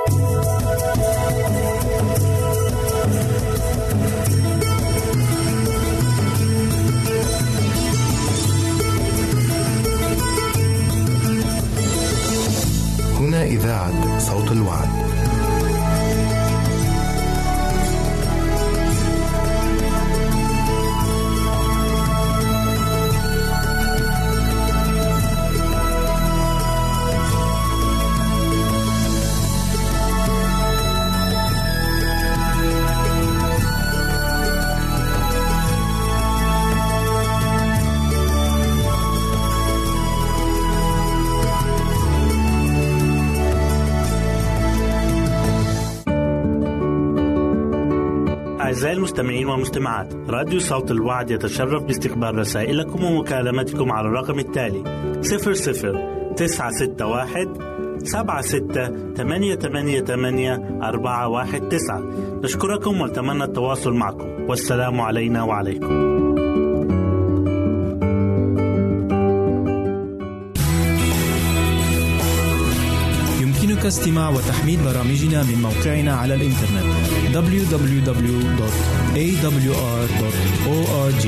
هنا إذاعة صوت الوعد. أعزائي المستمعين والمستمعات، راديو صوت الوعد يتشرف باستقبال رسائلكم ومكالمتكم على الرقم التالي 00-961-76-88-419. نشكركم ونتمنى التواصل معكم، والسلام علينا وعليكم. يمكنك استماع وتحميل برامجنا من موقعنا على الإنترنت www.awr.org.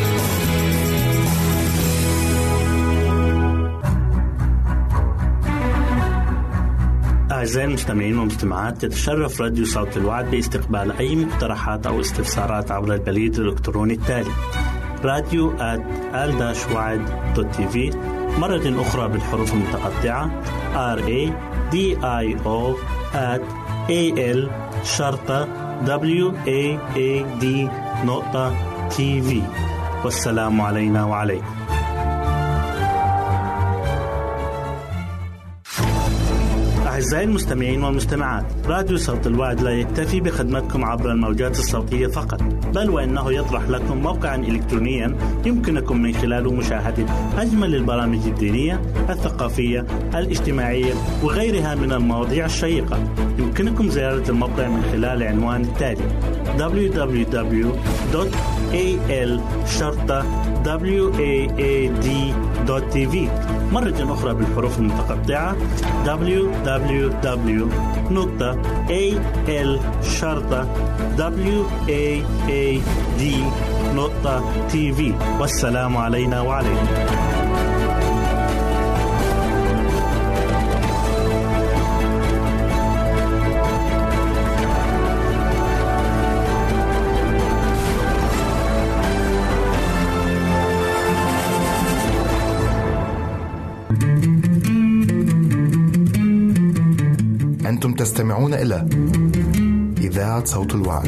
أعزائي المستمعين والمستمعات، يتشرف راديو صوت الوعد باستقبال أي مقترحات أو استفسارات عبر البريد الإلكتروني التالي radio@al-wad.tv، مرة أخرى بالحروف المتقطعة radio@al-wad.tv. والسلام علينا وعليكم. أعزائي المستمعين والمستمعات، راديو صوت الوعد لا يكتفي بخدمتكم عبر الموجات الصوتية فقط، بل وإنه يطرح لكم موقعا إلكترونيا يمكنكم من خلاله مشاهدة أجمل البرامج الدينية، الثقافية، الاجتماعية وغيرها من المواضيع الشيقة. يمكنكم زيارة الموقع من خلال عنوان التالي www.al-wad.tv، مرة أخرى بالحروف المتقطعة www.al-wad.tv. والسلام علينا وعليكم. أنتم تستمعون إلى إذاعة صوت الوعد.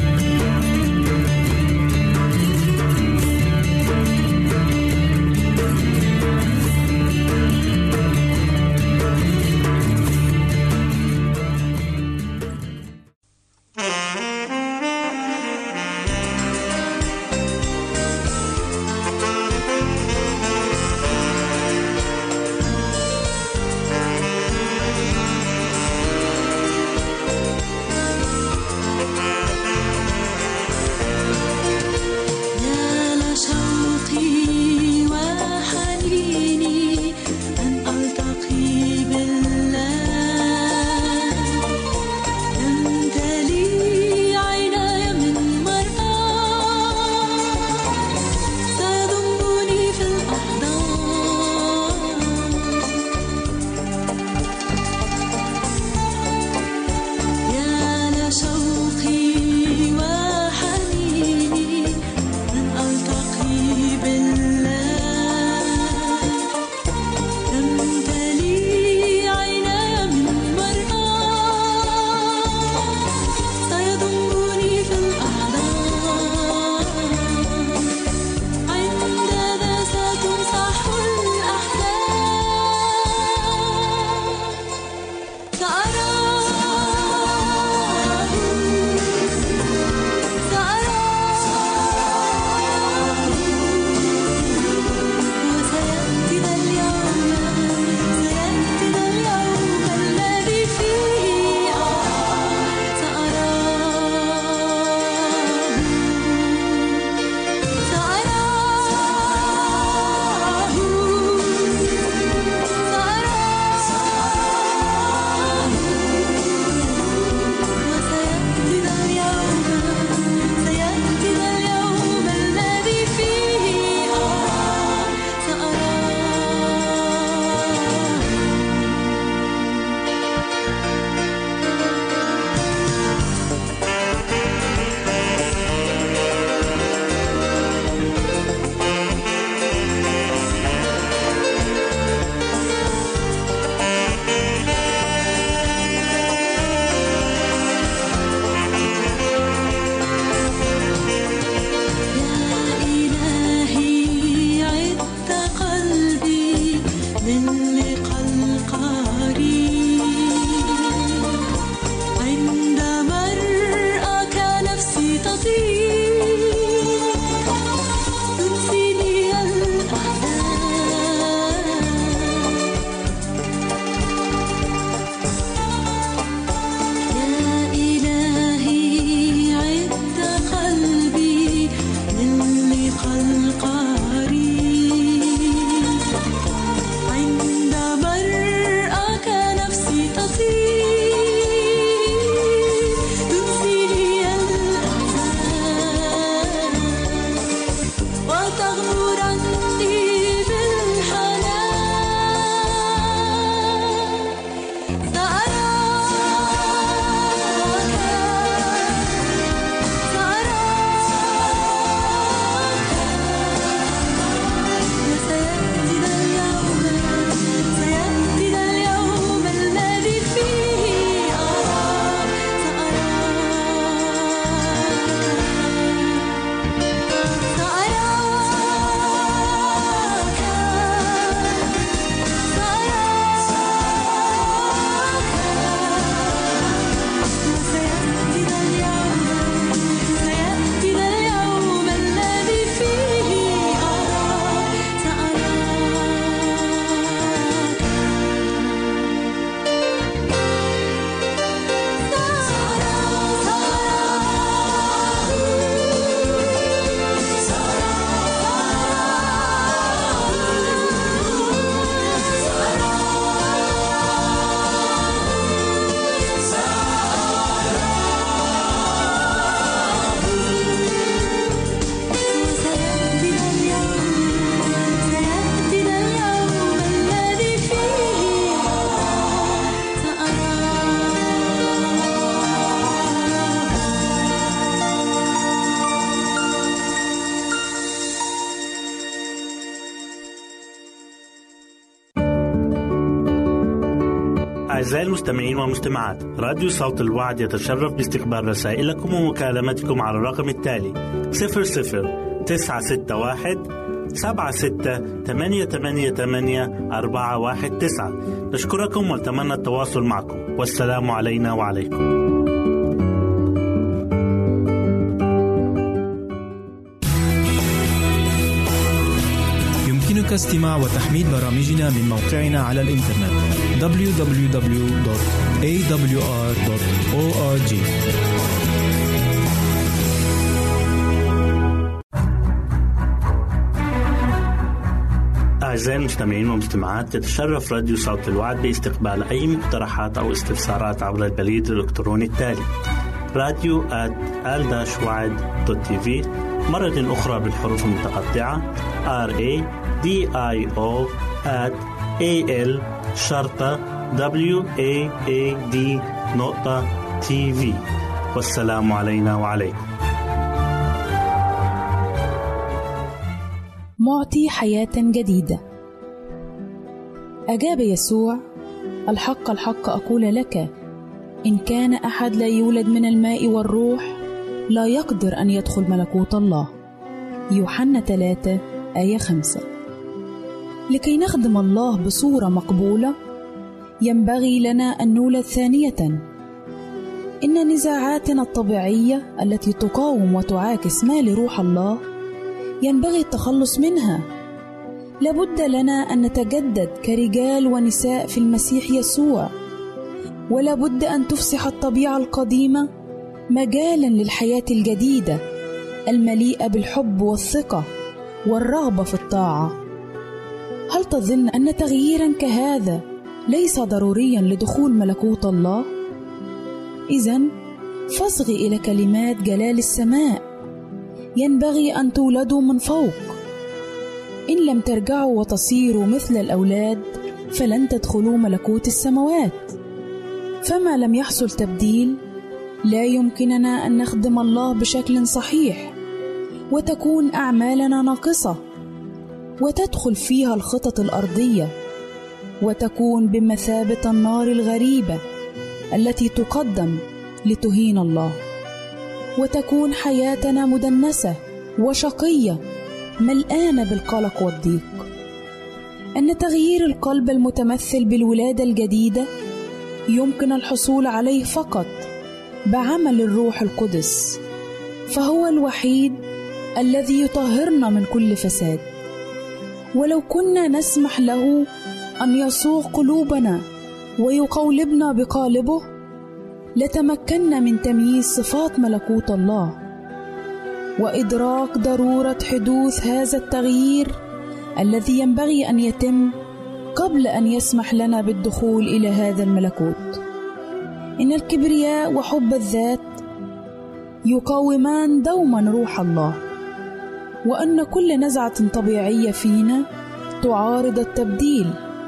أعزائي المستمعين والمستمعات، راديو صوت الوعد يتشرف باستقبال رسائلكم ومكالمتكم على الرقم التالي 00-961-76-88-419. نشكركم ونتمنى التواصل معكم، والسلام علينا وعليكم. يمكنك استماع وتحميل برامجنا من موقعنا على الإنترنت www.awr.org. أعزائي المستمعين والمستمعات، يتشرف راديو صوت الوعد باستقبال أي مقترحات أو استفسارات عبر البريد الإلكتروني التالي radio@al-wad.tv، مرة أخرى بالحروف المتقطعة radio@al-wad.tv. والسلام علينا وعليكم. معطي حياة جديدة. أجاب يسوع: الحق الحق أقول لك، إن كان أحد لا يولد من الماء والروح لا يقدر أن يدخل ملكوت الله. يوحنا 3:5. لكي نخدم الله بصورة مقبولة ينبغي لنا أن نولد ثانية. إن نزاعاتنا الطبيعية التي تقاوم وتعاكس ما لروح الله ينبغي التخلص منها. لابد لنا أن نتجدد كرجال ونساء في المسيح يسوع، ولابد أن تفسح الطبيعة القديمة مجالا للحياة الجديدة المليئة بالحب والثقة والرغبة في الطاعة. هل تظن أن تغييرا كهذا ليس ضروريا لدخول ملكوت الله؟ إذن فاصغي إلى كلمات جلال السماء: ينبغي أن تولدوا من فوق. إن لم ترجعوا وتصيروا مثل الأولاد فلن تدخلوا ملكوت السماوات. فما لم يحصل تبديل لا يمكننا أن نخدم الله بشكل صحيح، وتكون أعمالنا ناقصة، وتدخل فيها الخطط الأرضية، وتكون بمثابة النار الغريبة التي تقدم لتهين الله، وتكون حياتنا مدنسة وشقية ملآنة بالقلق والضيق. أن تغيير القلب المتمثل بالولادة الجديدة يمكن الحصول عليه فقط بعمل الروح القدس، فهو الوحيد الذي يطهرنا من كل فساد. ولو كنا نسمح له أن يسوق قلوبنا ويقولبنا بقالبه لتمكنا من تمييز صفات ملكوت الله وإدراك ضرورة حدوث هذا التغيير الذي ينبغي أن يتم قبل أن يسمح لنا بالدخول إلى هذا الملكوت. إن الكبرياء وحب الذات يقاومان دوما روح الله، وأن كل نزعة طبيعية فينا تعارض التبديل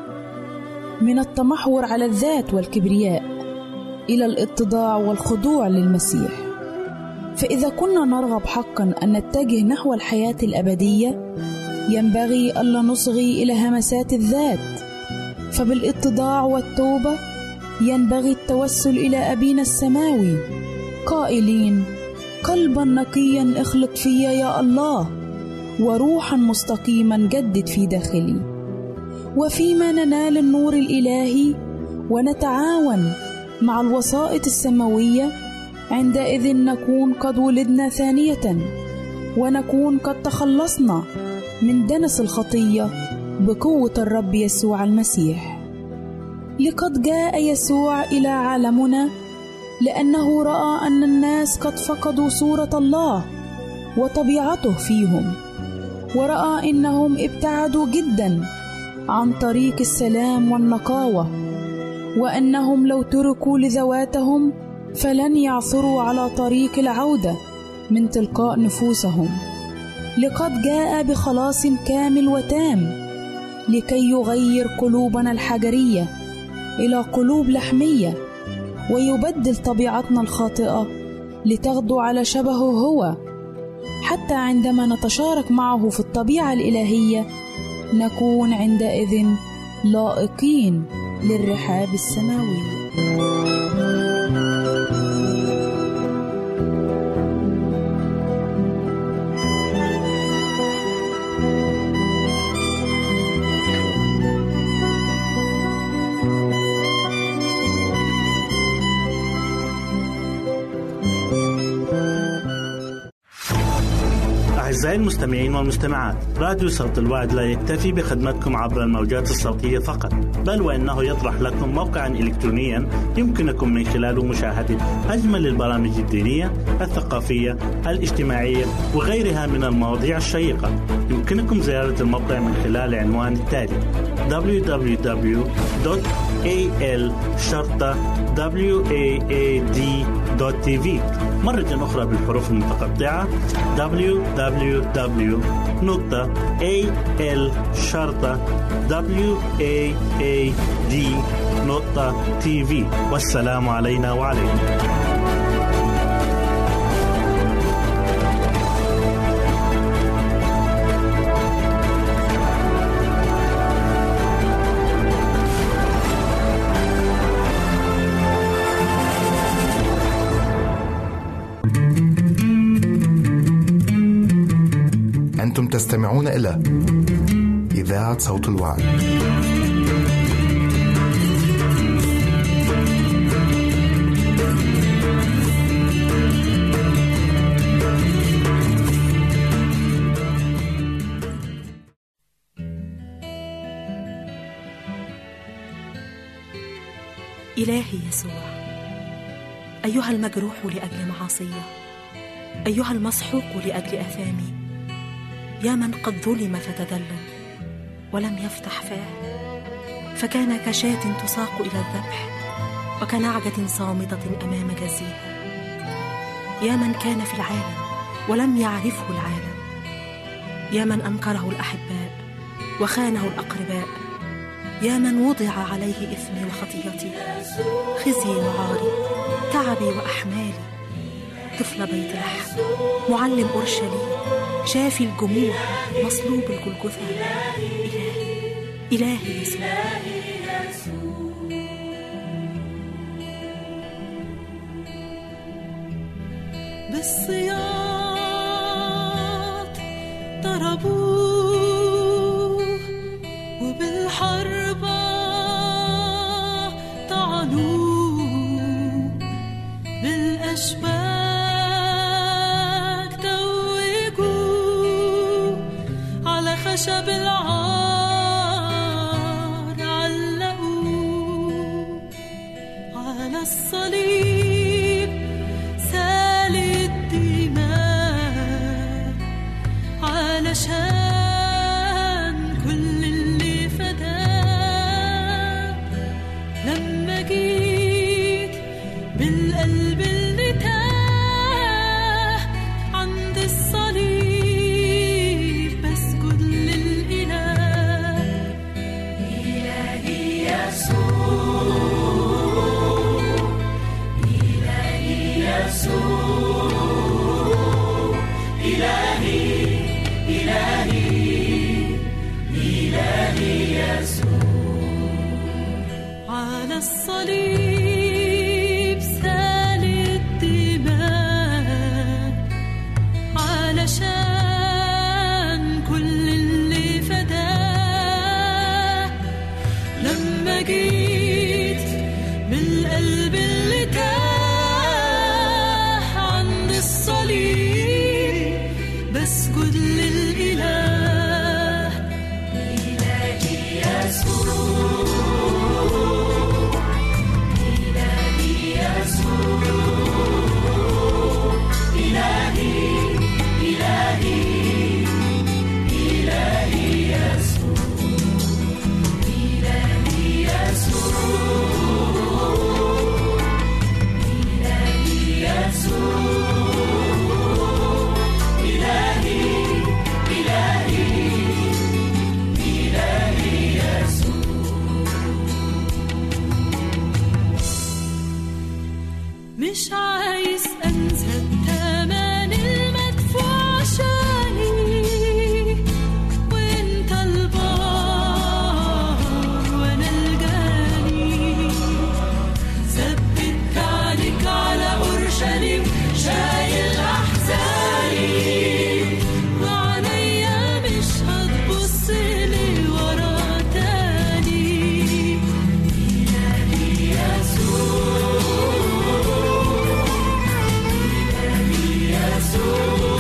من التمحور على الذات والكبرياء إلى الاتضاع والخضوع للمسيح. فإذا كنا نرغب حقا أن نتجه نحو الحياة الأبدية ينبغي ألا نصغي إلى همسات الذات، فبالاتضاع والتوبة ينبغي التوسل إلى أبينا السماوي قائلين: قلبا نقيا اخلق فيا يا الله، وروحا مستقيما جدد في داخلي. وفيما ننال النور الإلهي ونتعاون مع الوسائط السماوية عندئذ نكون قد ولدنا ثانية، ونكون قد تخلصنا من دنس الخطية بقوة الرب يسوع المسيح. لقد جاء يسوع إلى عالمنا لأنه رأى أن الناس قد فقدوا صورة الله وطبيعته فيهم، ورأى إنهم ابتعدوا جدا عن طريق السلام والنقاوة، وأنهم لو تركوا لذواتهم فلن يعثروا على طريق العودة من تلقاء نفوسهم. لقد جاء بخلاص كامل وتام لكي يغير قلوبنا الحجرية إلى قلوب لحمية، ويبدل طبيعتنا الخاطئة لتغدو على شبهه هو، حتى عندما نتشارك معه في الطبيعة الإلهية نكون عندئذ لائقين للرحاب السماوية. أعزائي المستمعين والمستمعات، راديو صوت الوعد لا يكتفي بخدمتكم عبر الموجات الصوتية فقط، بل وإنه يطرح لكم موقعا إلكترونيا يمكنكم من خلاله مشاهدة أجمل البرامج الدينية، الثقافية، الاجتماعية وغيرها من المواضيع الشيقة. يمكنكم زيارة الموقع من خلال العنوان التالي: www.al-waad.tv. مرة أخرى بالحروف المتقطعة: www.al-waad.tv. والسلام علينا وعليكم. أنتم تستمعون إلى إذاعة صوت الوعد. إلهي يسوع، أيها المجروح لأجل معاصيه، أيها المسحوق لأجل آثامي، يا من قد ظلم فتذلل ولم يفتح فاه، فكان كشاة تساق إلى الذبح وكنعجة صامتة أمام جزيها. يا من كان في العالم ولم يعرفه العالم، يا من أنكره الأحباء وخانه الأقرباء، يا من وضع عليه إثمي وخطيئتي، خزي وعاري، تعبي وأحمالي، طفل بيت لحم، معلم أورشليم، شافي الجموع، مصلوب الجلجثة. إلهي يسوع. بالصياط ضربوه وبالحرب طعنوه، بالأشباك توجوه، على خشب العار علقوه، على الصليب سال الدماء، علشان كل اللي فداه. لما جيت بالقلب اللي تاه عند الصليب، بسجد للإله. إلهي يسوع، إلهي يسوع، إلهي إلهي إلهي يسوع. على الصليب سال الدماء، علشان كل اللي فداه. لما جيت بالقلب اللي تاه عند الصليب، بسجد للإله. إلهي يسوع، إلهي يسوع، إلهي إلهي إلهي يسوع، إلهي يسوع، إلهي يسوع، إلهي إلهي إلهي يسوع. مش عايز أنسى الثمن المدفوع عشاني، وانت البار وانا الجاني. شايل أحزاني وعليا مش هتبص لي ورا تاني. إلهي يسوع إلهي يسوع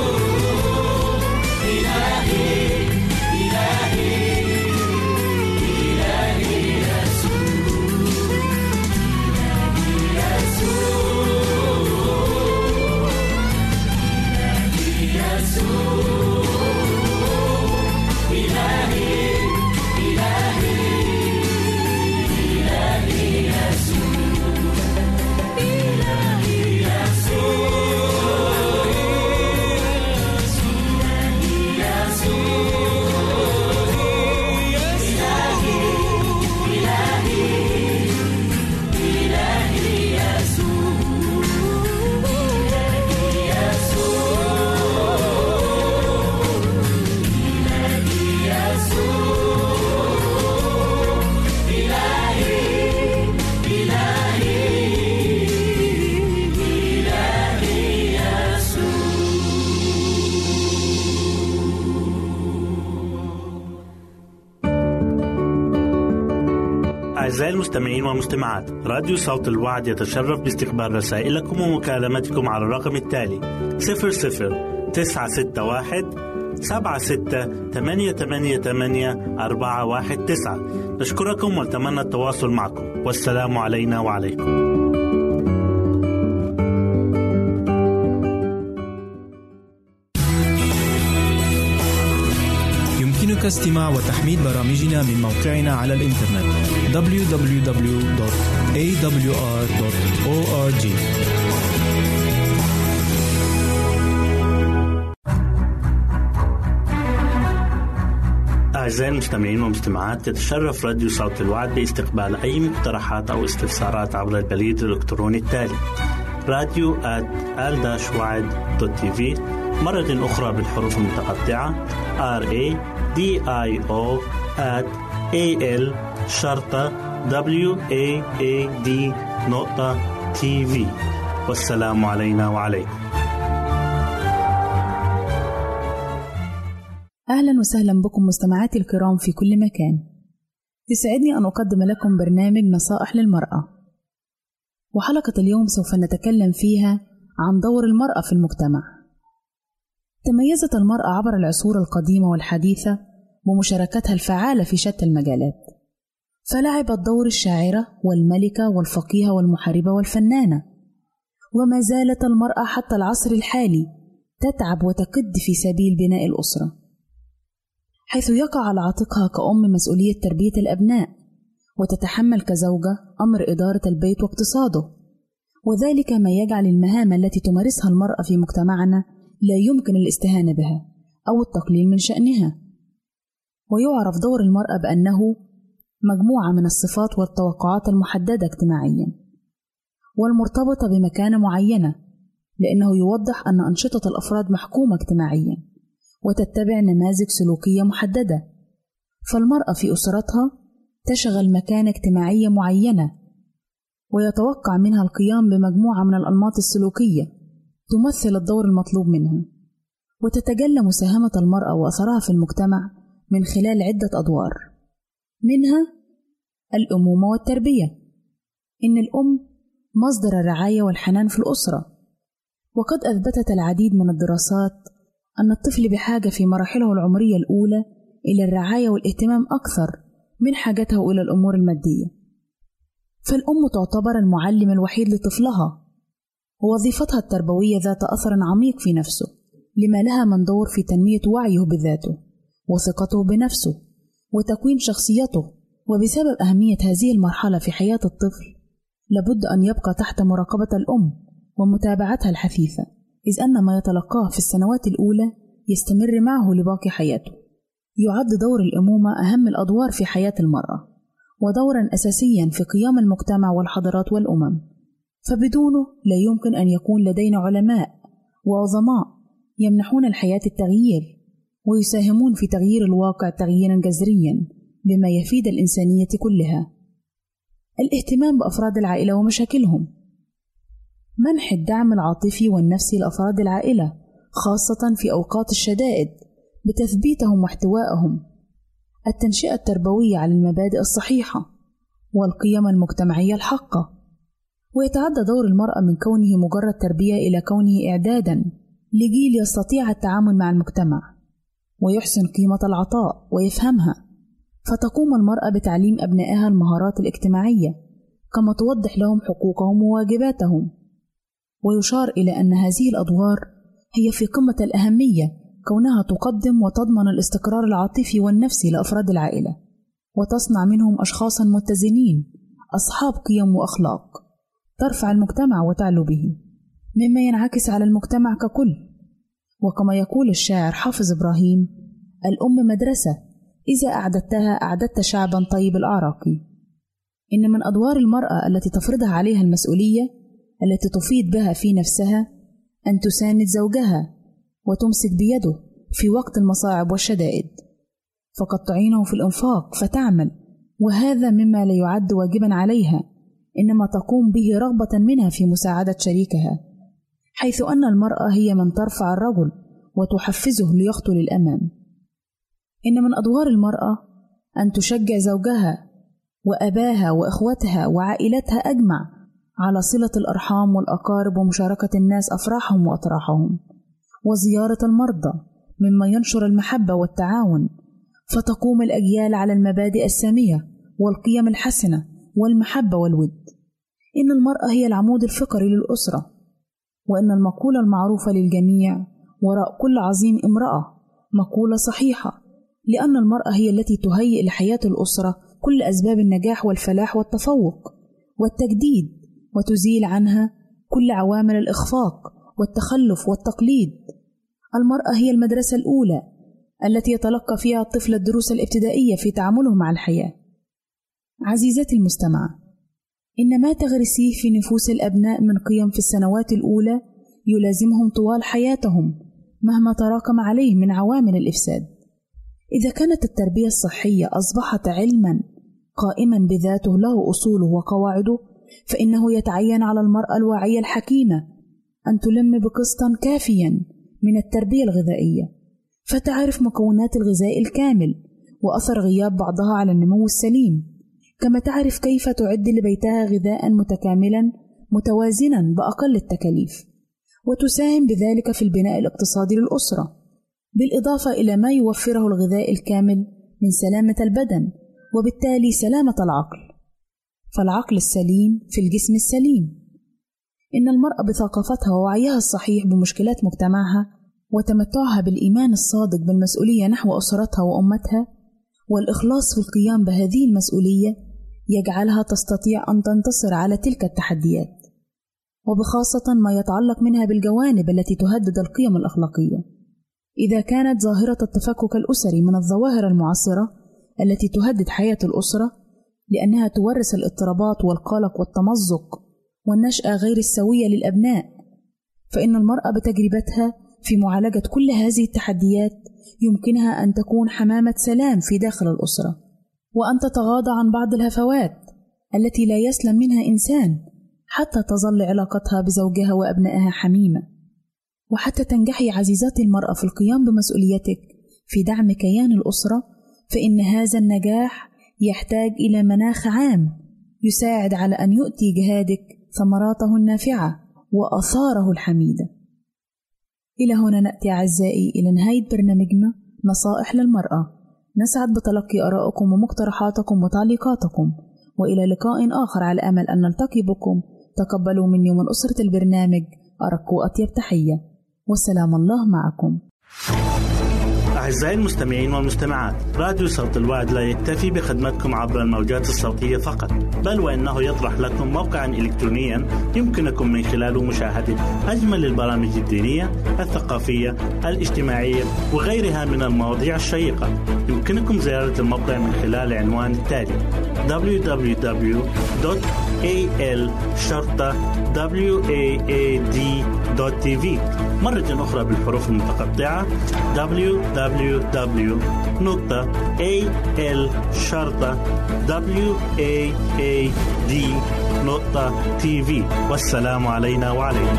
إلهي إلهي إلهي يسوع إلهي يسوع إلهي إلهي إلهي يسوع إلهي يسوع أعزائي المستمعين والمستمعات، راديو صوت الوعد يتشرف باستقبال رسائلكم ومكالمتكم على الرقم التالي 00-961-76-88-419. نشكركم ونتمنى التواصل معكم، والسلام علينا وعليكم. يمكنك استماع وتحميل برامجنا من موقعنا على الإنترنت www.awr.org. أعزائي المستمعين والمستمعات، يتشرف راديو صوت الوعد باستقبال أي مقترحات أو استفسارات عبر البريد الإلكتروني التالي radio@al-wad.tv، مرة أخرى بالحروف المتقطعة radio@al-wad.tv. والسلام علينا وعليكم. أهلا وسهلا بكم مستمعاتي الكرام في كل مكان. يسعدني أن أقدم لكم برنامج نصائح للمرأة، وحلقة اليوم سوف نتكلم فيها عن دور المرأة في المجتمع. تميزت المرأة عبر العصور القديمة والحديثة بمشاركتها الفعالة في شتى المجالات، فلعبت دور الشاعرة والملكة والفقيهة والمحاربة والفنانة، وما زالت المرأة حتى العصر الحالي تتعب وتكد في سبيل بناء الأسرة، حيث يقع على عاتقها كأم مسؤولية تربية الأبناء، وتتحمل كزوجة أمر إدارة البيت واقتصاده، وذلك ما يجعل المهام التي تمارسها المرأة في مجتمعنا لا يمكن الاستهانة بها أو التقليل من شأنها. ويعرف دور المرأة بأنه مجموعة من الصفات والتوقعات المحددة اجتماعيا والمرتبطة بمكانة معينة، لأنه يوضح أن أنشطة الأفراد محكومة اجتماعيا وتتبع نماذج سلوكية محددة. فالمرأة في أسرتها تشغل مكانة اجتماعية معينة، ويتوقع منها القيام بمجموعة من الأنماط السلوكية تمثل الدور المطلوب منها. وتتجلى مساهمة المرأة وأثرها في المجتمع من خلال عدة أدوار، منها الأمومة والتربية. إن الأم مصدر الرعاية والحنان في الأسرة، وقد أثبتت العديد من الدراسات أن الطفل بحاجة في مراحله العمرية الأولى إلى الرعاية والاهتمام أكثر من حاجته إلى الأمور المادية. فالأم تعتبر المعلم الوحيد لطفلها، ووظيفتها التربوية ذات أثر عميق في نفسه، لما لها من دور في تنمية وعيه بذاته وثقته بنفسه وتكوين شخصيته. وبسبب أهمية هذه المرحلة في حياة الطفل لابد أن يبقى تحت مراقبة الأم ومتابعتها الحثيثة، إذ أن ما يتلقاه في السنوات الأولى يستمر معه لباقي حياته. يعد دور الأمومة أهم الأدوار في حياة المرأة، ودورا أساسيا في قيام المجتمع والحضارات والأمم، فبدونه لا يمكن أن يكون لدينا علماء وعظماء يمنحون الحياة التغيير ويساهمون في تغيير الواقع تغييرا جذريا بما يفيد الإنسانية كلها. الاهتمام بأفراد العائلة ومشاكلهم. منح الدعم العاطفي والنفسي لأفراد العائلة خاصة في أوقات الشدائد بتثبيتهم واحتوائهم، التنشئة التربوية على المبادئ الصحيحة والقيم المجتمعية الحقة. ويتعدى دور المرأة من كونه مجرد تربية إلى كونه إعداداً لجيل يستطيع التعامل مع المجتمع ويحسن قيمة العطاء ويفهمها، فتقوم المرأة بتعليم أبنائها المهارات الاجتماعية كما توضح لهم حقوقهم وواجباتهم. ويشار إلى أن هذه الأدوار هي في قمة الأهمية كونها تقدم وتضمن الاستقرار العاطفي والنفسي لأفراد العائلة، وتصنع منهم أشخاصاً متزنين أصحاب قيم وأخلاق ترفع المجتمع وتعلو به، مما ينعكس على المجتمع ككل. وكما يقول الشاعر حافظ إبراهيم: الأم مدرسة إذا أعددتها أعددت شعباً طيب الأعراق. إن من أدوار المرأة التي تفرضها عليها المسؤولية التي تفيض بها في نفسها أن تساند زوجها وتمسك بيده في وقت المصاعب والشدائد، فقد تعينه في الإنفاق فتعمل، وهذا مما لا يعد واجبا عليها، إنما تقوم به رغبة منها في مساعدة شريكها، حيث أن المرأة هي من ترفع الرجل وتحفزه ليخطو للأمام. إن من أدوار المرأة أن تشجع زوجها وأباها وإخوتها وعائلتها أجمع على صلة الأرحام والأقارب ومشاركة الناس أفراحهم وأطراحهم وزيارة المرضى، مما ينشر المحبة والتعاون، فتقوم الأجيال على المبادئ السامية والقيم الحسنة والمحبة والود. إن المرأة هي العمود الفقري للأسرة، وإن المقولة المعروفة للجميع وراء كل عظيم امرأة مقولة صحيحة، لأن المرأة هي التي تهيئ لحياة الأسرة كل أسباب النجاح والفلاح والتفوق والتجديد، وتزيل عنها كل عوامل الإخفاق والتخلف والتقليد. المرأة هي المدرسة الأولى التي يتلقى فيها الطفل الدروس الابتدائية في تعامله مع الحياة. عزيزتي المستمعة، إن ما تغرسيه في نفوس الأبناء من قيم في السنوات الأولى يلازمهم طوال حياتهم مهما تراكم عليه من عوامل الإفساد. إذا كانت التربية الصحية أصبحت علماً قائماً بذاته له أصوله وقواعده، فإنه يتعين على المرأة الواعية الحكيمة أن تلم بقسطاً كافياً من التربية الغذائية، فتعرف مكونات الغذاء الكامل وأثر غياب بعضها على النمو السليم، كما تعرف كيف تعد لبيتها غذاء متكاملاً متوازناً بأقل التكاليف، وتساهم بذلك في البناء الاقتصادي للأسرة، بالإضافة إلى ما يوفره الغذاء الكامل من سلامة البدن وبالتالي سلامة العقل، فالعقل السليم في الجسم السليم. إن المرأة بثقافتها ووعيها الصحيح بمشكلات مجتمعها وتمتعها بالإيمان الصادق بالمسؤولية نحو أسرتها وأمتها والإخلاص في القيام بهذه المسؤولية يجعلها تستطيع أن تنتصر على تلك التحديات، وبخاصة ما يتعلق منها بالجوانب التي تهدد القيم الأخلاقية. إذا كانت ظاهرة التفكك الأسري من الظواهر المعاصرة التي تهدد حياة الأسرة لأنها تورث الاضطرابات والقلق والتمزق والنشأة غير السوية للأبناء، فإن المرأة بتجربتها في معالجة كل هذه التحديات يمكنها أن تكون حمامة سلام في داخل الأسرة، وأن تتغاضى عن بعض الهفوات التي لا يسلم منها إنسان حتى تظل علاقتها بزوجها وأبنائها حميمة. وحتى تنجحي عزيزتي المرأة في القيام بمسؤوليتك في دعم كيان الأسرة، فإن هذا النجاح يحتاج إلى مناخ عام يساعد على أن يؤتي جهادك ثمراته النافعة وآثاره الحميدة. إلى هنا نأتي أعزائي إلى نهاية برنامجنا نصائح للمرأة. نسعد بتلقي آرائكم ومقترحاتكم وتعليقاتكم، وإلى لقاء آخر على أمل أن نلتقي بكم. تقبلوا مني ومن أسرة البرنامج أرق وأطيب تحية، والسلام الله معكم. أعزائي المستمعين والمستمعات، راديو صوت الوعد لا يكتفي بخدمتكم عبر الموجات الصوتية فقط، بل وإنه يطرح لكم موقعا إلكترونيا يمكنكم من خلاله مشاهدة أجمل البرامج الدينية، الثقافية، الاجتماعية وغيرها من المواضيع الشيقة. يمكنكم زيارة الموقع من خلال العنوان التالي: www.al-waad.tv. WAAD.tv. مرة أخرى بالحروف المتقطعة www.al-WAAD.tv. والسلام علينا وعليكم.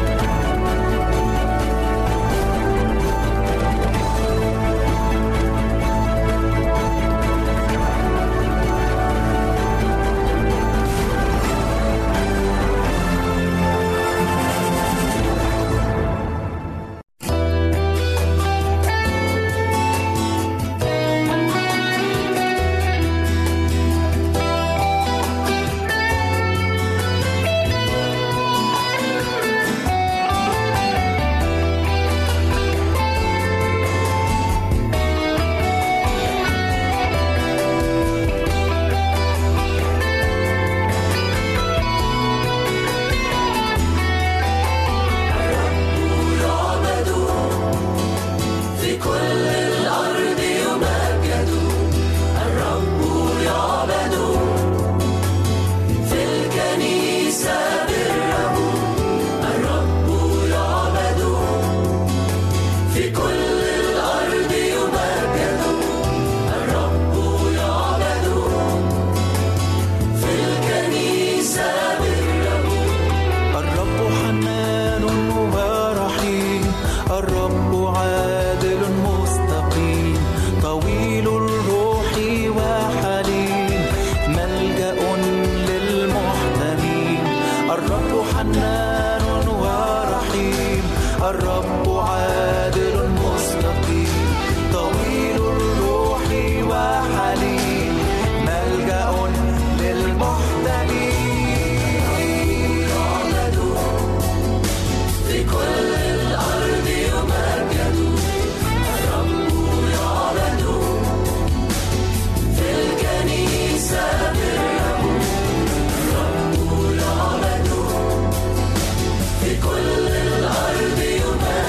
في كل الأرض يمجد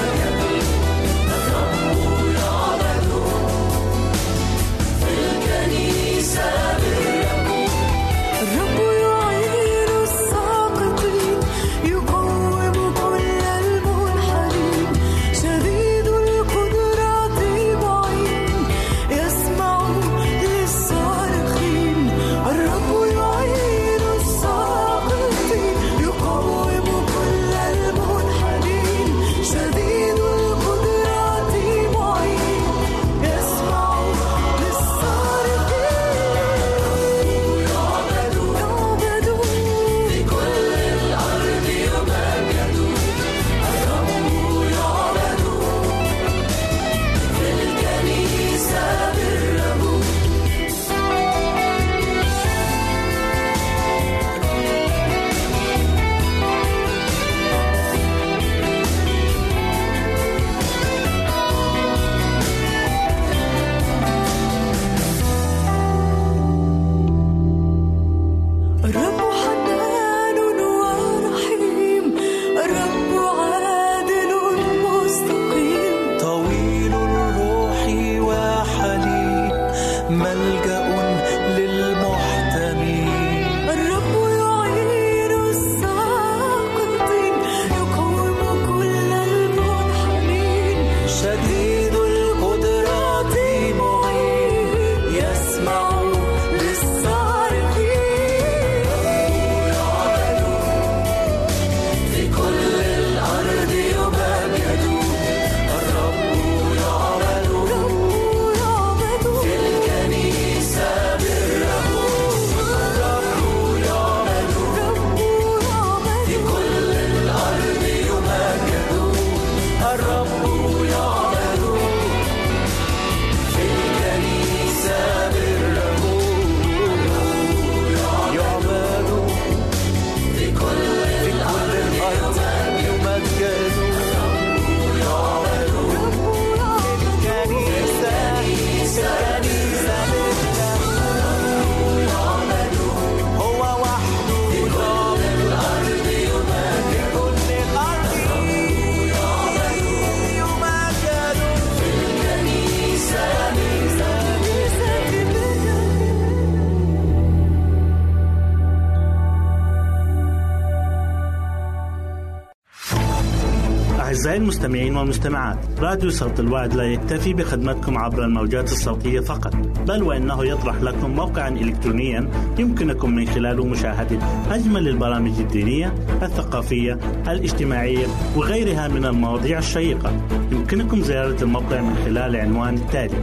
أعزائي المستمعين والمستمعات، راديو صوت الوعد لا يكتفي بخدمتكم عبر الموجات الصوتية فقط، بل وإنه يطرح لكم موقعا إلكترونيا يمكنكم من خلاله مشاهدة أجمل البرامج الدينية، الثقافية، الاجتماعية وغيرها من المواضيع الشيقة. يمكنكم زيارة الموقع من خلال العنوان التالي: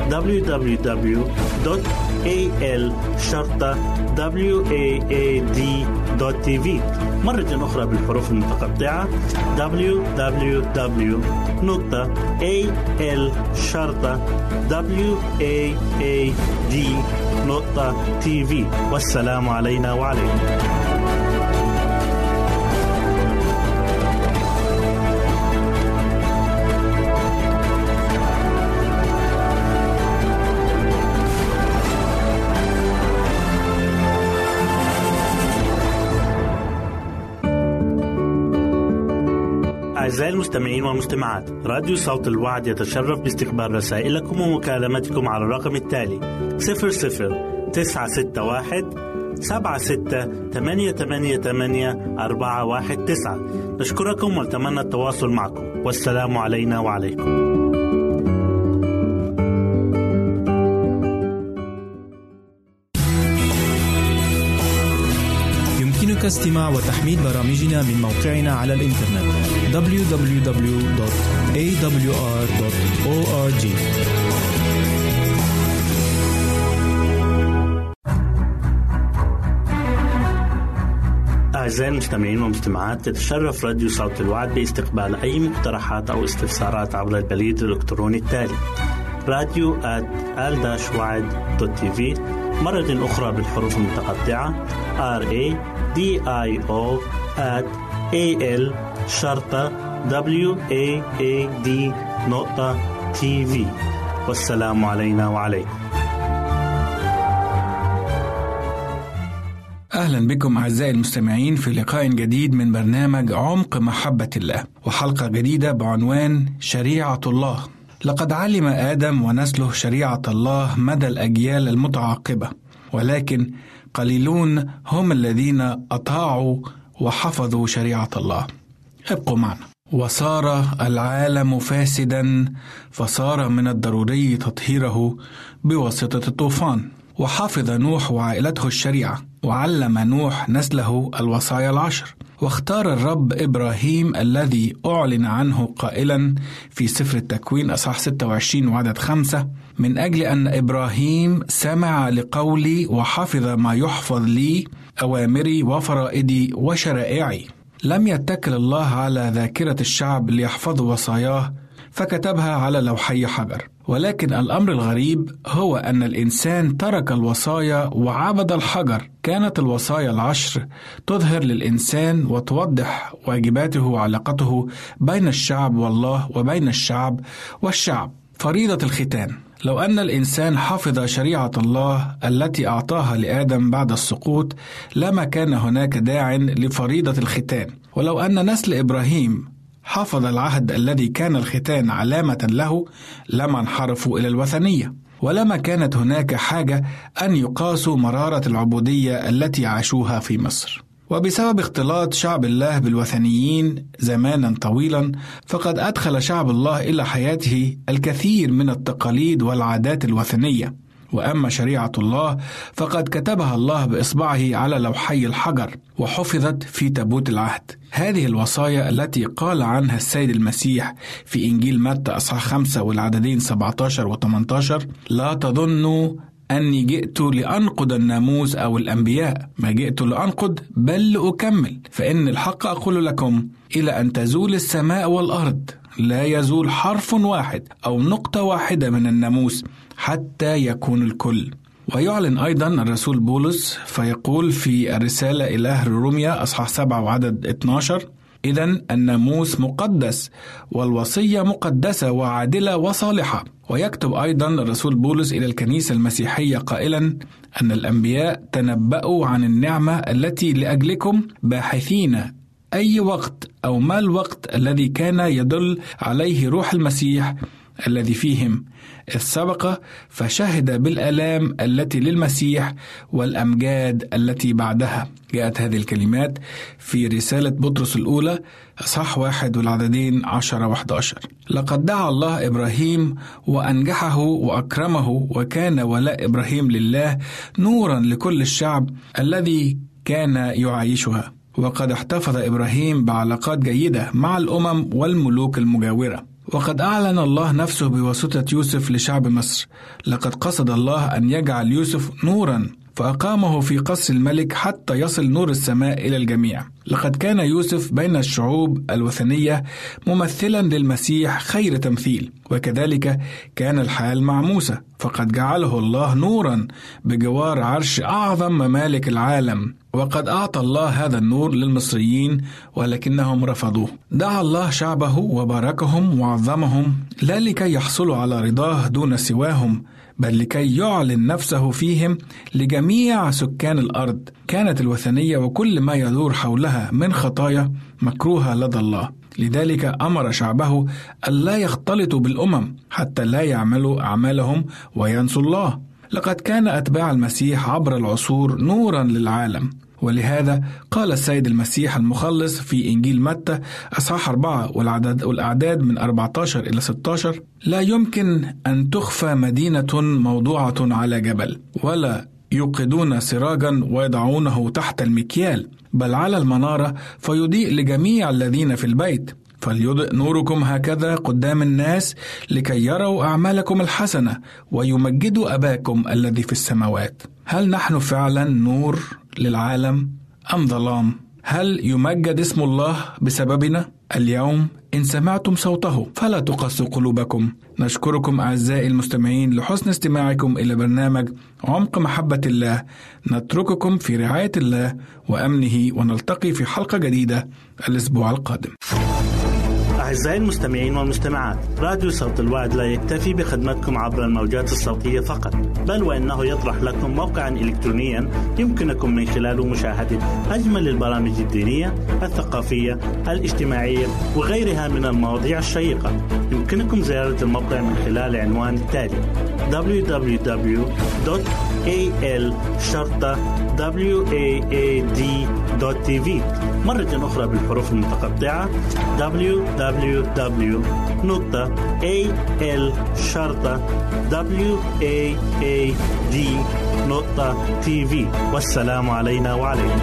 www.al-waad.tv. مرة أخرى بالحروف المتقطعة: www.al-waad.tv. والسلام علينا وعليكم. أعزائي المستمعين والمستمعات، راديو صوت الوعد يتشرف باستقبال رسائلكم ومكالمتكم على الرقم التالي: 00-961-76-88-419. نشكركم ونتمنى التواصل معكم، والسلام علينا وعليكم. يمكنك استماع وتحميل برامجنا من موقعنا على الإنترنت www.awr.org. أعزائي المستمعين والمستمعات، تتشرف راديو صوت الوعد باستقبال أي مقترحات أو استفسارات عبر البريد الإلكتروني التالي: radio@al-waad.tv. مرة أخرى بالحروف المتقطعة: radio@al-waad.tv. والسلام علينا وعليكم. أهلا بكم أعزائي المستمعين في لقاء جديد من برنامج عمق محبة الله، وحلقة جديدة بعنوان شريعة الله. لقد علم آدم ونسله شريعة الله مدى الأجيال المتعاقبة، ولكن قليلون هم الذين أطاعوا وحفظوا شريعة الله. ابقوا معنا. وصار العالم فاسدا، فصار من الضروري تطهيره بواسطة الطوفان. وحفظ نوح وعائلته الشريعة، وعلم نوح نسله الوصايا العشر. واختار الرب إبراهيم الذي أعلن عنه قائلا في سفر التكوين أصحاح 26 وعدد 5: من أجل أن إبراهيم سمع لقولي وحفظ ما يحفظ لي، أوامري وفرائدي وشرائعي. لم يتكل الله على ذاكرة الشعب ليحفظوا وصاياه فكتبها على لوحي حجر، ولكن الأمر الغريب هو أن الإنسان ترك الوصايا وعبد الحجر. كانت الوصايا العشر تظهر للإنسان وتوضح واجباته وعلاقته بين الشعب والله وبين الشعب والشعب. فريضة الختان: لو أن الإنسان حفظ شريعة الله التي أعطاها لآدم بعد السقوط لما كان هناك داع لفريضة الختان. ولو أن نسل إبراهيم حفظ العهد الذي كان الختان علامة له لما انحرفوا إلى الوثنية، ولما كانت هناك حاجة أن يقاسوا مرارة العبودية التي عاشوها في مصر. وبسبب اختلاط شعب الله بالوثنيين زمانا طويلا، فقد أدخل شعب الله إلى حياته الكثير من التقاليد والعادات الوثنية. وأما شريعة الله فقد كتبها الله بإصبعه على لوحي الحجر، وحفظت في تابوت العهد. هذه الوصايا التي قال عنها السيد المسيح في إنجيل متى أصحاح 5 والعددين 17 و18: لا تظنوا أني جئت لأنقض الناموس أو الأنبياء، ما جئت لأنقض بل لأكمل. فإن الحق أقول لكم إلى أن تزول السماء والأرض لا يزول حرف واحد أو نقطة واحدة من الناموس حتى يكون الكل. ويعلن أيضا الرسول بولس فيقول في الرسالة إلى أهل روميا أصحاح 7 وعدد 12: إذن الناموس مقدس والوصية مقدسة وعادلة وصالحة. ويكتب أيضا الرسول بولس إلى الكنيسة المسيحية قائلا أن الأنبياء تنبأوا عن النعمة التي لأجلكم باحثين أي وقت أو ما الوقت الذي كان يدل عليه روح المسيح الذي فيهم، إذ سبق فشهد بالآلام التي للمسيح والأمجاد التي بعدها. جاءت هذه الكلمات في رسالة بطرس الأولى أصحاح 1 والعددين 10 و11. لقد دعا الله إبراهيم وأنجحه وأكرمه، وكان ولاء إبراهيم لله نورا لكل الشعب الذي كان يعايشها. وقد احتفظ إبراهيم بعلاقات جيدة مع الأمم والملوك المجاورة. وقد أعلن الله نفسه بواسطة يوسف لشعب مصر. لقد قصد الله أن يجعل يوسف نورا، فأقامه في قصر الملك حتى يصل نور السماء إلى الجميع. لقد كان يوسف بين الشعوب الوثنية ممثلا للمسيح خير تمثيل، وكذلك كان الحال مع موسى، فقد جعله الله نورا بجوار عرش أعظم ممالك العالم. وقد أعطى الله هذا النور للمصريين ولكنهم رفضوه. دعا الله شعبه وباركهم وعظمهم، لا لكي يحصلوا على رضاه دون سواهم، بل لكي يعلن نفسه فيهم لجميع سكان الأرض. كانت الوثنية وكل ما يدور حولها من خطايا مكروهة لدى الله، لذلك أمر شعبه ألا يختلطوا بالأمم حتى لا يعملوا أعمالهم وينسوا الله. لقد كان أتباع المسيح عبر العصور نورا للعالم، ولهذا قال السيد المسيح المخلص في إنجيل متى أصحاح 4 والأعداد من 14 إلى 16: لا يمكن أن تخفى مدينة موضوعة على جبل، ولا يوقدون سراجا ويضعونه تحت المكيال، بل على المنارة، فيضيء لجميع الذين في البيت. فليضئ نوركم هكذا قدام الناس لكي يروا أعمالكم الحسنة ويمجدوا أباكم الذي في السماوات. هل نحن فعلا نور للعالم أم ظلام؟ هل يمجد اسم الله بسببنا؟ اليوم إن سمعتم صوته فلا تقسوا قلوبكم. نشكركم أعزائي المستمعين لحسن استماعكم إلى برنامج عمق محبة الله. نترككم في رعاية الله وأمنه، ونلتقي في حلقة جديدة الأسبوع القادم. أعزائي المستمعين والمستمعات، راديو صوت الوعد لا يكتفي بخدمتكم عبر الموجات الصوتية فقط، بل وإنه يطرح لكم موقعا إلكترونيا يمكنكم من خلاله مشاهدة أجمل البرامج الدينية، الثقافية، الاجتماعية وغيرها من المواضيع الشيقة. يمكنكم زيارة الموقع من خلال العنوان التالي: www.al-waad.tv. مرة أخرى بالحروف المتقطعة: www.al-waad.tv. والسلام علينا وعليكم.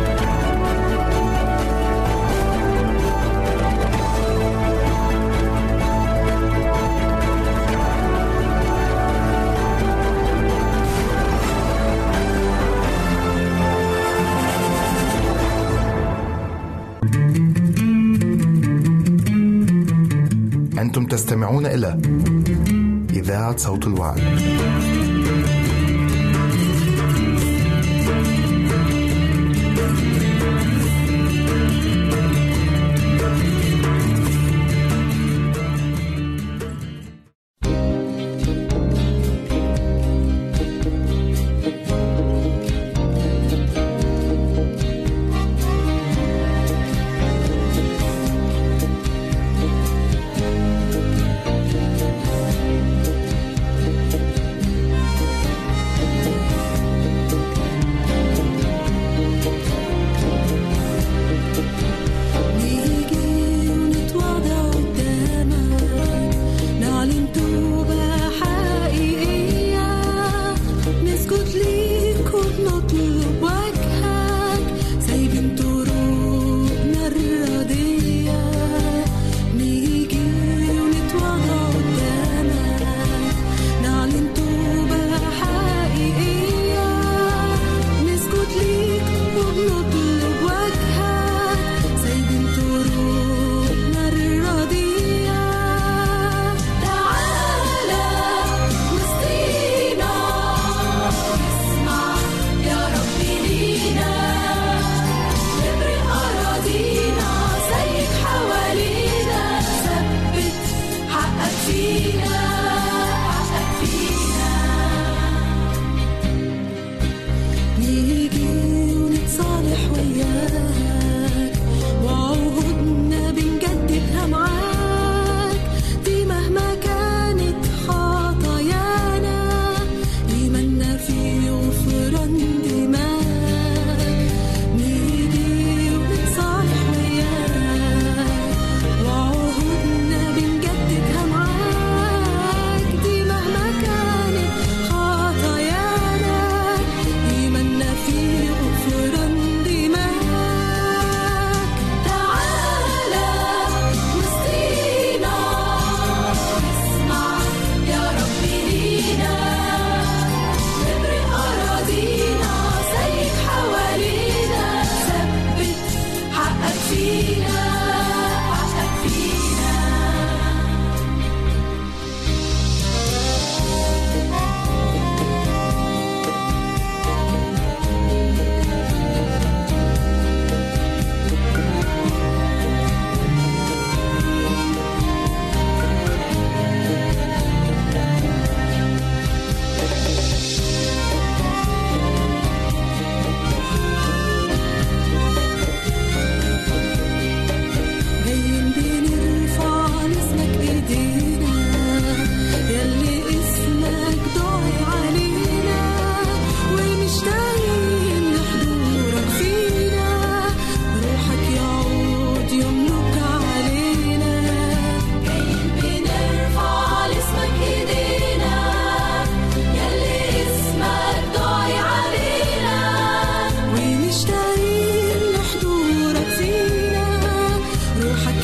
أنتم تستمعون إلى إذاعة صوت الوعد.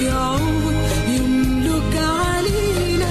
يعود يملك علينا.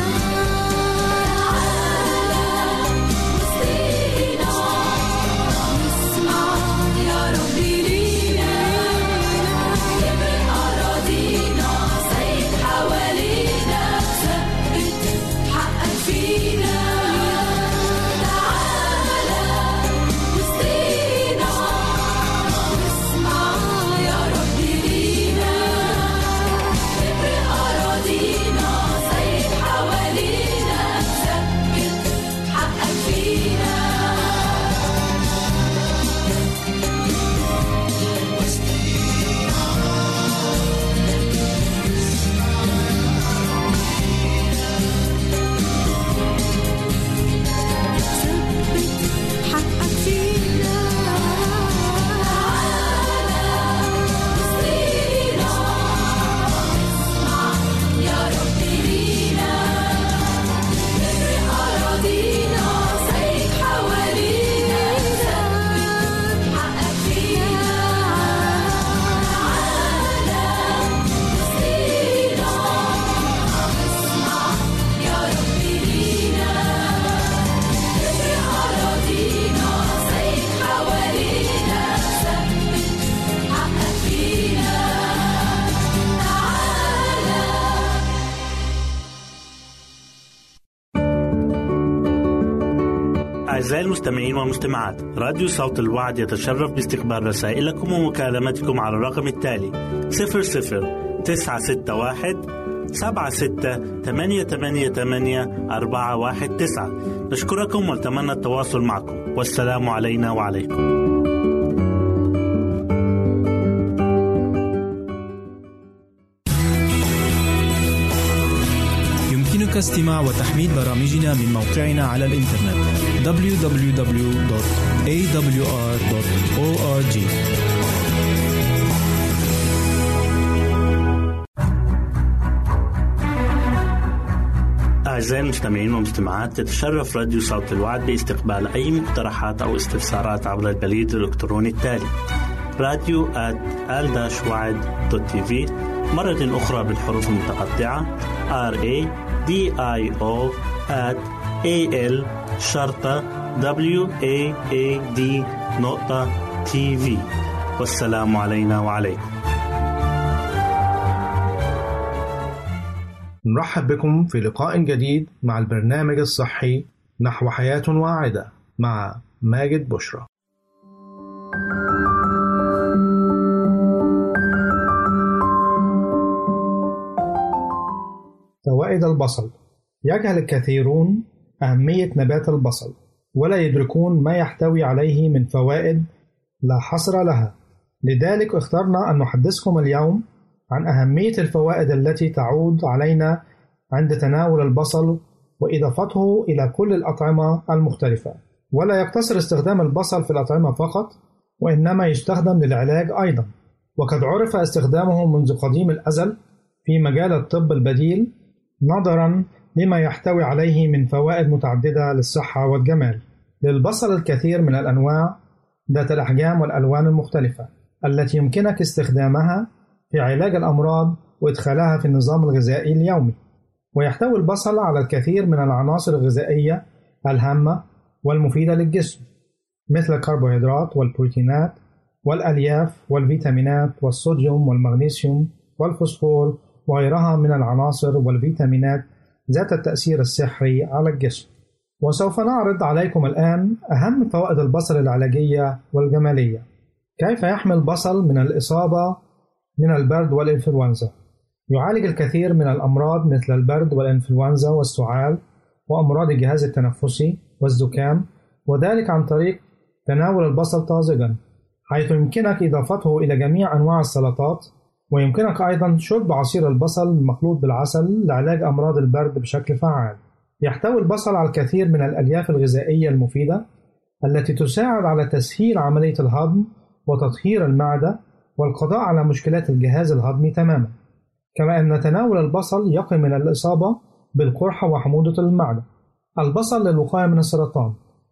أعزائي المستمعين والمستمعات، راديو صوت الوعد يتشرف باستقبال رسائلكم ومكالمتكم على الرقم التالي 00961 76888419. نشكركم ونتمنى التواصل معكم، والسلام علينا وعليكم. يمكنك استماع وتحميل برامجنا من موقعنا على الإنترنت www.awr.org. أعزائي المستمعين والمستمعات، تتشرف راديو صوت الوعد باستقبال أي مقترحات أو استفسارات عبر البريد الإلكتروني التالي radio@al-wad.tv، مرة أخرى بالحروف المتقطعة radio@al-wad.tv. والسلام علينا وعليكم. نرحب بكم في لقاء جديد مع البرنامج الصحي نحو حياة واعدة مع ماجد بشرى. فوائد البصل. يجهل الكثيرون أهمية نبات البصل ولا يدركون ما يحتوي عليه من فوائد لا حصر لها، لذلك اخترنا أن نحدثكم اليوم عن أهمية الفوائد التي تعود علينا عند تناول البصل وإضافته إلى كل الأطعمة المختلفة. ولا يقتصر استخدام البصل في الأطعمة فقط، وإنما يستخدم للعلاج أيضا، وقد عرف استخدامه منذ قديم الأزل في مجال الطب البديل نظرا لما يحتوي عليه من فوائد متعددة للصحة والجمال. للبصل الكثير من الأنواع ذات الأحجام والألوان المختلفة التي يمكنك استخدامها في علاج الأمراض وإدخالها في النظام الغذائي اليومي. ويحتوي البصل على الكثير من العناصر الغذائية الهامة والمفيدة للجسم، مثل الكربوهيدرات والبروتينات والألياف والفيتامينات والصوديوم والمغنيسيوم والفوسفور وغيرها من العناصر والفيتامينات ذات التأثير السحري على الجسم. وسوف نعرض عليكم الآن أهم فوائد البصل العلاجية والجمالية. كيف يحمي البصل من الإصابة من البرد والإنفلونزا؟ يعالج الكثير من الأمراض مثل البرد والإنفلونزا والسعال وأمراض الجهاز التنفسي والزكام، وذلك عن طريق تناول البصل طازجا، حيث يمكنك إضافته إلى جميع أنواع السلطات. ويمكنك أيضا شرب عصير البصل المخلوط بالعسل لعلاج أمراض البرد بشكل فعال. يحتوي البصل على الكثير من الألياف الغذائية المفيدة التي تساعد على تسهيل عملية الهضم وتطهير المعدة والقضاء على مشكلات الجهاز الهضمي تماما. كما أن تناول البصل يقي من الإصابة بالقرحة وحموضة المعدة. البصل للوقاية من السرطان.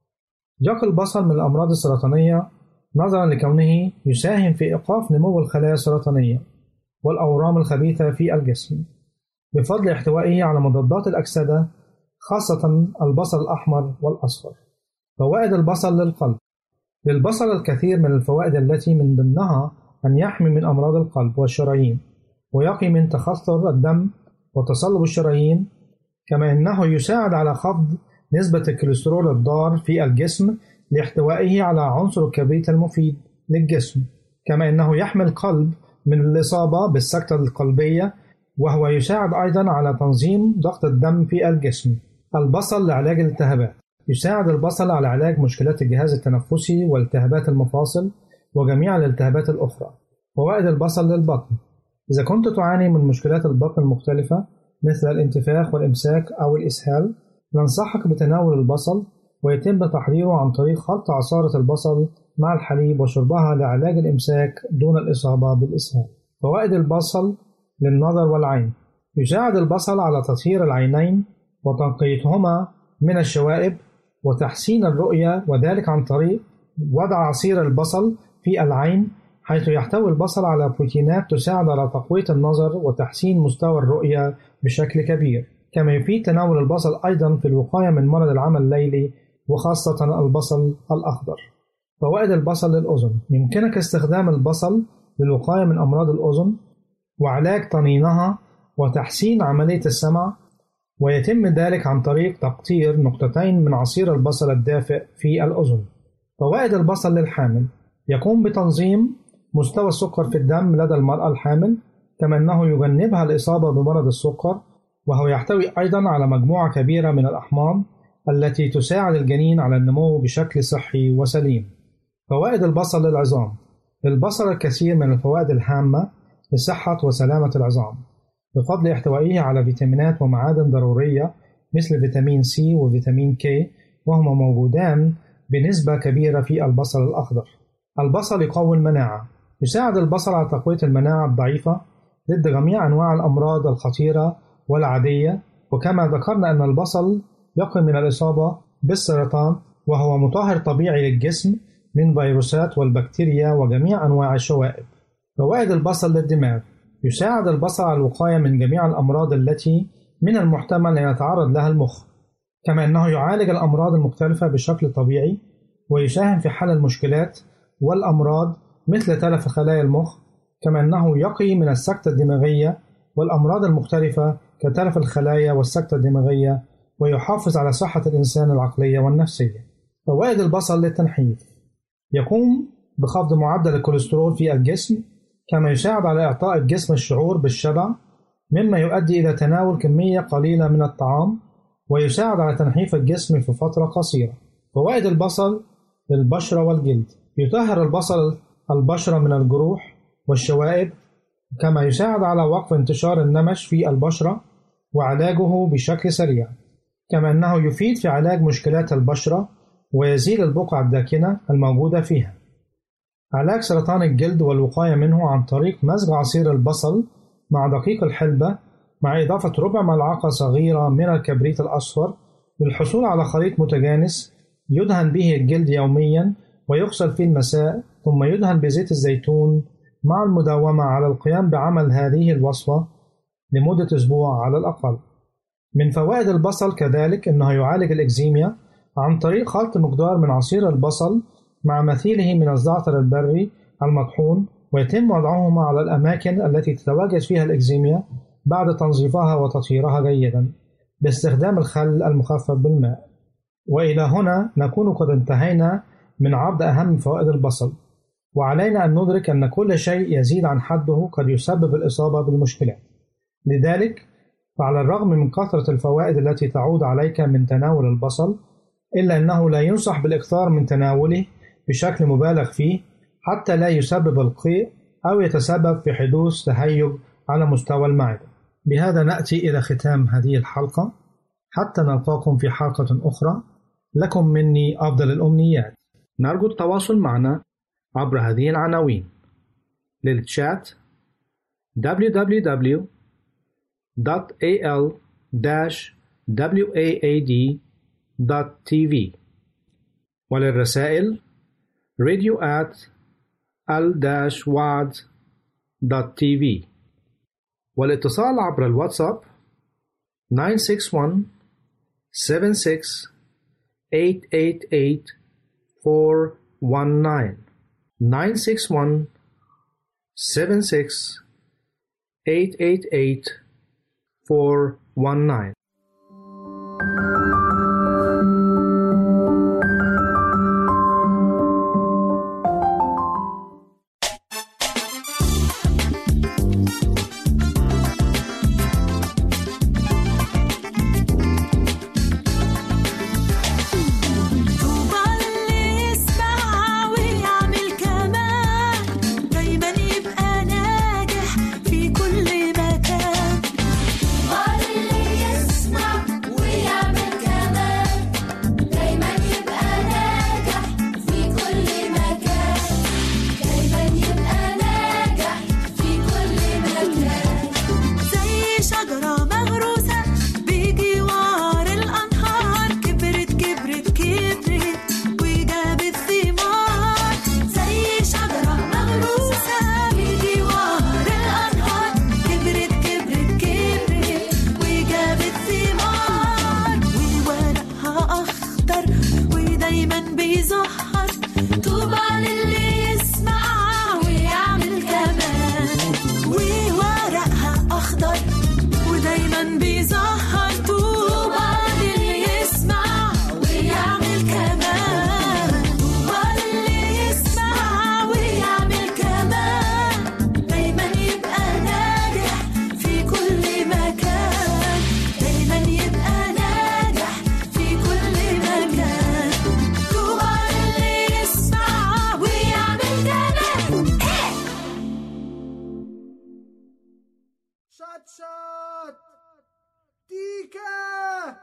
يقي البصل من الأمراض السرطانية نظرا لكونه يساهم في إيقاف نمو الخلايا السرطانية، والأورام الخبيثة في الجسم بفضل احتوائه على مضادات الأكسدة، خاصة البصل الأحمر والأصفر. فوائد البصل للقلب. للبصل الكثير من الفوائد التي من ضمنها أن يحمي من أمراض القلب والشرايين، ويقي من تخثر الدم وتصلب الشرايين، كما أنه يساعد على خفض نسبة الكوليسترول الضار في الجسم لاحتوائه على عنصر الكبريت المفيد للجسم، كما أنه يحمي القلب من الإصابة بالسكتة القلبية، وهو يساعد أيضا على تنظيم ضغط الدم في الجسم. البصل لعلاج الالتهابات. يساعد البصل على علاج مشكلات الجهاز التنفسي والتهابات المفاصل وجميع الالتهابات الأخرى. فوائد البصل للبطن. إذا كنت تعاني من مشكلات البطن المختلفة مثل الانتفاخ والإمساك أو الإسهال، ننصحك بتناول البصل، ويتم تحضيره عن طريق خلط عصارة البصل مع الحليب وشربها لعلاج الإمساك دون الإصابة بالإسهال. فوائد البصل للنظر والعين. يساعد البصل على تطهير العينين وتنقيتهما من الشوائب وتحسين الرؤية، وذلك عن طريق وضع عصير البصل في العين، حيث يحتوي البصل على بروتينات تساعد على تقوية النظر وتحسين مستوى الرؤية بشكل كبير. كما يفيد تناول البصل أيضا في الوقاية من مرض العمى الليلي، وخاصة البصل الأخضر. فوائد البصل للأذن. يمكنك استخدام البصل للوقاية من أمراض الأذن وعلاج طنينها وتحسين عملية السمع، ويتم ذلك عن طريق تقطير نقطتين من عصير البصل الدافئ في الأذن. فوائد البصل للحامل. يقوم بتنظيم مستوى السكر في الدم لدى المرأة الحامل، كما أنه يجنبها الإصابة بمرض السكر، وهو يحتوي أيضا على مجموعة كبيرة من الأحماض التي تساعد الجنين على النمو بشكل صحي وسليم. فوائد البصل للعظام. للبصل الكثير من الفوائد الهامة لصحة وسلامة العظام، بفضل احتوائه على فيتامينات ومعادن ضرورية مثل فيتامين سي وفيتامين كي، وهما موجودان بنسبة كبيرة في البصل الأخضر. البصل يقوي المناعة. يساعد البصل على تقوية المناعة الضعيفة ضد جميع أنواع الأمراض الخطيرة والعادية، وكما ذكرنا أن البصل يقي من الإصابة بالسرطان، وهو مطهر طبيعي للجسم من فيروسات والبكتيريا وجميع أنواع الشوائب. فوائد البصل للدماغ. يساعد البصل على الوقاية من جميع الأمراض التي من المحتمل أن يتعرض لها المخ، كما أنه يعالج الأمراض المختلفة بشكل طبيعي، ويساهم في حل المشكلات والأمراض مثل تلف خلايا المخ، كما أنه يقي من السكتة الدماغية والأمراض المختلفة كتلف الخلايا والسكتة الدماغية، ويحافظ على صحة الإنسان العقلية والنفسية. فوائد البصل للتنحيف. يقوم بخفض معدل الكوليسترول في الجسم، كما يساعد على إعطاء الجسم الشعور بالشبع، مما يؤدي إلى تناول كمية قليلة من الطعام، ويساعد على تنحيف الجسم في فترة قصيرة. فوائد البصل للبشرة والجلد. يطهر البصل البشرة من الجروح والشوائب، كما يساعد على وقف انتشار النمش في البشرة وعلاجه بشكل سريع، كما أنه يفيد في علاج مشكلات البشرة ويزيل البقع الداكنة الموجودة فيها. علاج سرطان الجلد والوقاية منه عن طريق مزج عصير البصل مع دقيق الحلبة مع إضافة ربع ملعقة صغيرة من الكبريت الأصفر للحصول على خليط متجانس يدهن به الجلد يوميا ويغسل في المساء، ثم يدهن بزيت الزيتون مع المداومة على القيام بعمل هذه الوصفة لمدة أسبوع على الأقل. من فوائد البصل كذلك أنه يعالج الإكزيميا عن طريق خلط مقدار من عصير البصل مع مثيله من الزعتر البري المطحون، ويتم وضعهما على الأماكن التي تتواجد فيها الإكزيميا بعد تنظيفها وتطهيرها جيدا باستخدام الخل المخفف بالماء. وإلى هنا نكون قد انتهينا من عرض أهم فوائد البصل، وعلينا أن ندرك أن كل شيء يزيد عن حده قد يسبب الإصابة بالمشكلات. لذلك فعلى الرغم من كثرة الفوائد التي تعود عليك من تناول البصل، إلا أنه لا ينصح بالإكثار من تناوله بشكل مبالغ فيه حتى لا يسبب القيء أو يتسبب في حدوث تهيج على مستوى المعدة. بهذا نأتي إلى ختام هذه الحلقة، حتى نلقاكم في حلقة أخرى. لكم مني أفضل الأمنيات. نرجو التواصل معنا عبر هذه العناوين: للتشات www.al-waad.tv، وللرسائل radio@al-waad.tv. والاتصال عبر الواتساب 961 76 888 419 961 76 888 419. شات تيكا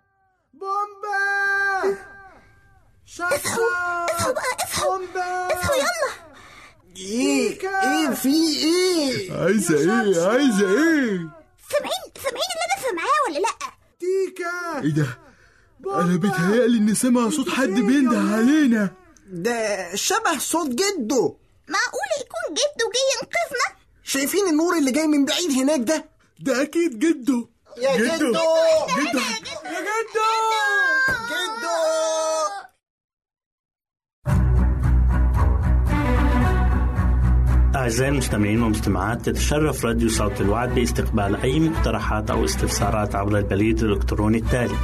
بومبا شات بومبا اصحوا يلا. ايه في ايه؟ عايزة ايه؟ سامعين اللي انا سامعاه ولا لا؟ تيكا ايه ده؟ انا بيتهيألي اني سامع صوت حد بينده علينا. ده شبه صوت جده. معقول يكون جده جاي ينقذنا؟ شايفين النور اللي جاي من بعيد هناك ده اكيد جده. يا جدو أعزائي المستمعين والمستمعات، تتشرف راديو صوت الوعد باستقبال أي مقترحات أو استفسارات عبر البريد الإلكتروني التالي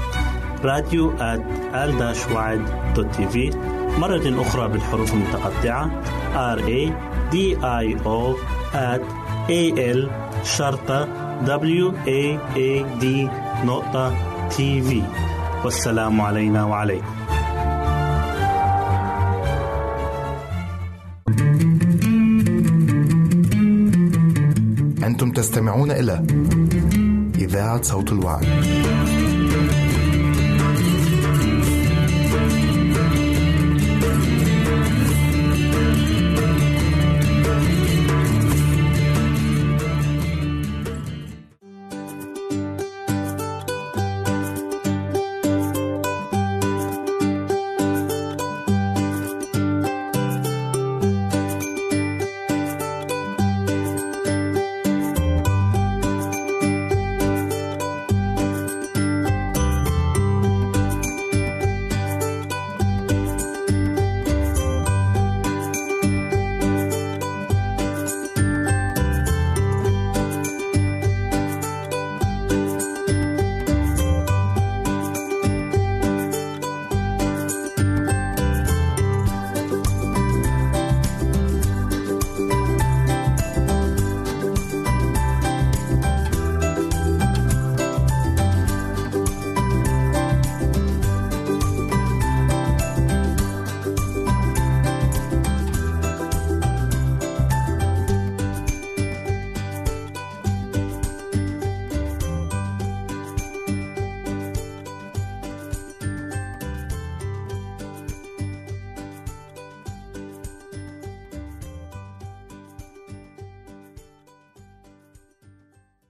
radio@al-wad.tv، مرة أخرى بالحروف المتقطعة radio@al-wad.tv. والسلام علينا وعليكم. أنتم تستمعون إلى إذاعة صوت الوعد.